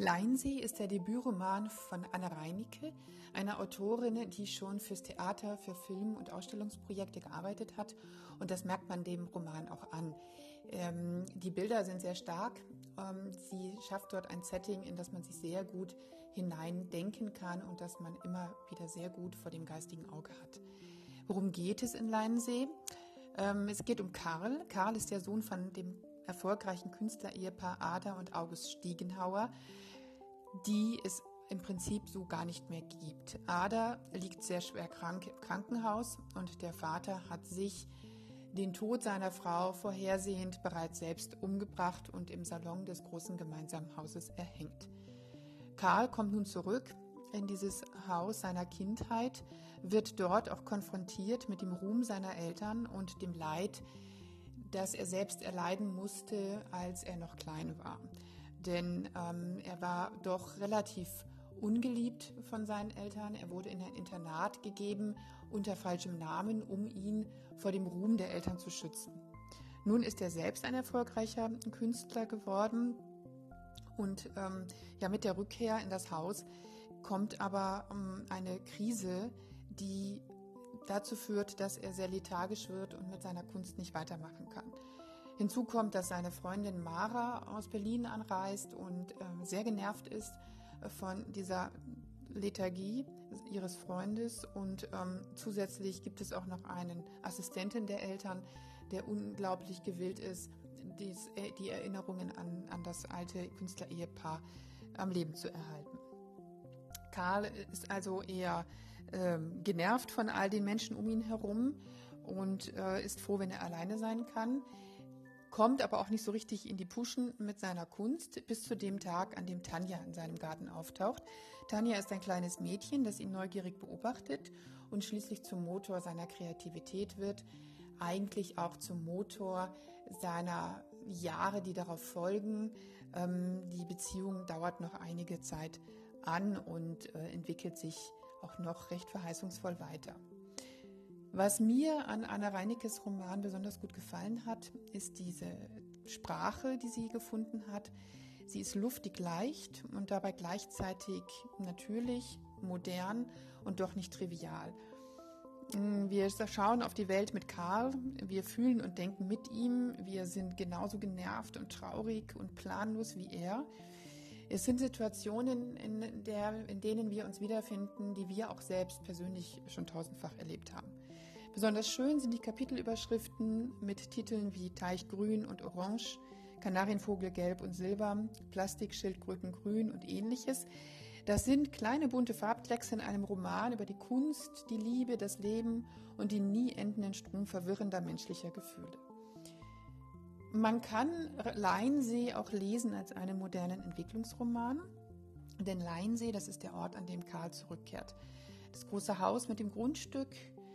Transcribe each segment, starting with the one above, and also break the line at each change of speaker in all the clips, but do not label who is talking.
Leinsee ist der Debütroman von Anne Reinicke, einer Autorin, die schon fürs Theater, für Film- und Ausstellungsprojekte gearbeitet hat. Und das merkt man dem Roman auch an. Die Bilder sind sehr stark. Sie schafft dort ein Setting, in das man sich sehr gut hineindenken kann und das man immer wieder sehr gut vor dem geistigen Auge hat. Worum geht es in Leinsee? Es geht um Karl. Karl ist der Sohn von dem erfolgreichen Künstler-Ehepaar Ada und August Stiegenhauer, die es im Prinzip so gar nicht mehr gibt. Ada liegt sehr schwer krank im Krankenhaus und der Vater hat sich den Tod seiner Frau vorhersehend bereits selbst umgebracht und im Salon des großen gemeinsamen Hauses erhängt. Karl kommt nun zurück in dieses Haus seiner Kindheit, wird dort auch konfrontiert mit dem Ruhm seiner Eltern und dem Leid, das er selbst erleiden musste, als er noch klein war. Denn er war doch relativ ungeliebt von seinen Eltern. Er wurde in ein Internat gegeben unter falschem Namen, um ihn vor dem Ruhm der Eltern zu schützen. Nun ist er selbst ein erfolgreicher Künstler geworden und mit der Rückkehr in das Haus kommt aber eine Krise, die dazu führt, dass er sehr lethargisch wird und mit seiner Kunst nicht weitermachen kann. Hinzu kommt, dass seine Freundin Mara aus Berlin anreist und sehr genervt ist von dieser Lethargie ihres Freundes und zusätzlich gibt es auch noch einen Assistenten der Eltern, der unglaublich gewillt ist, die Erinnerungen an das alte Künstler-Ehepaar am Leben zu erhalten. Karl ist also eher genervt von all den Menschen um ihn herum und ist froh, wenn er alleine sein kann, kommt aber auch nicht so richtig in die Puschen mit seiner Kunst bis zu dem Tag, an dem Tanja in seinem Garten auftaucht. Tanja ist ein kleines Mädchen, das ihn neugierig beobachtet und schließlich zum Motor seiner Kreativität wird, eigentlich auch zum Motor seiner Jahre, die darauf folgen. Die Beziehung dauert noch einige Zeit an und entwickelt sich auch noch recht verheißungsvoll weiter. Was mir an Anne Reinickes Roman besonders gut gefallen hat, ist diese Sprache, die sie gefunden hat. Sie ist luftig leicht und dabei gleichzeitig natürlich, modern und doch nicht trivial. Wir schauen auf die Welt mit Karl, wir fühlen und denken mit ihm, wir sind genauso genervt und traurig und planlos wie er. Es sind Situationen, in denen wir uns wiederfinden, die wir auch selbst persönlich schon tausendfach erlebt haben. Besonders schön sind die Kapitelüberschriften mit Titeln wie Teichgrün und Orange, Kanarienvogel Gelb und Silber, Plastikschildkröten Grün und ähnliches. Das sind kleine bunte Farbklecks in einem Roman über die Kunst, die Liebe, das Leben und den nie endenden Strom verwirrender menschlicher Gefühle. Man kann Leinsee auch lesen als einen modernen Entwicklungsroman, denn Leinsee, das ist der Ort, an dem Karl zurückkehrt. Das große Haus mit dem Grundstück,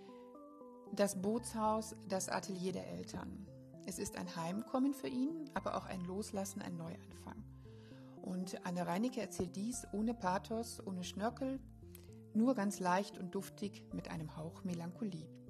das Bootshaus, das Atelier der Eltern. Es ist ein Heimkommen für ihn, aber auch ein Loslassen, ein Neuanfang. Und Anne Reinicke erzählt dies ohne Pathos, ohne Schnörkel, nur ganz leicht und duftig mit einem Hauch Melancholie.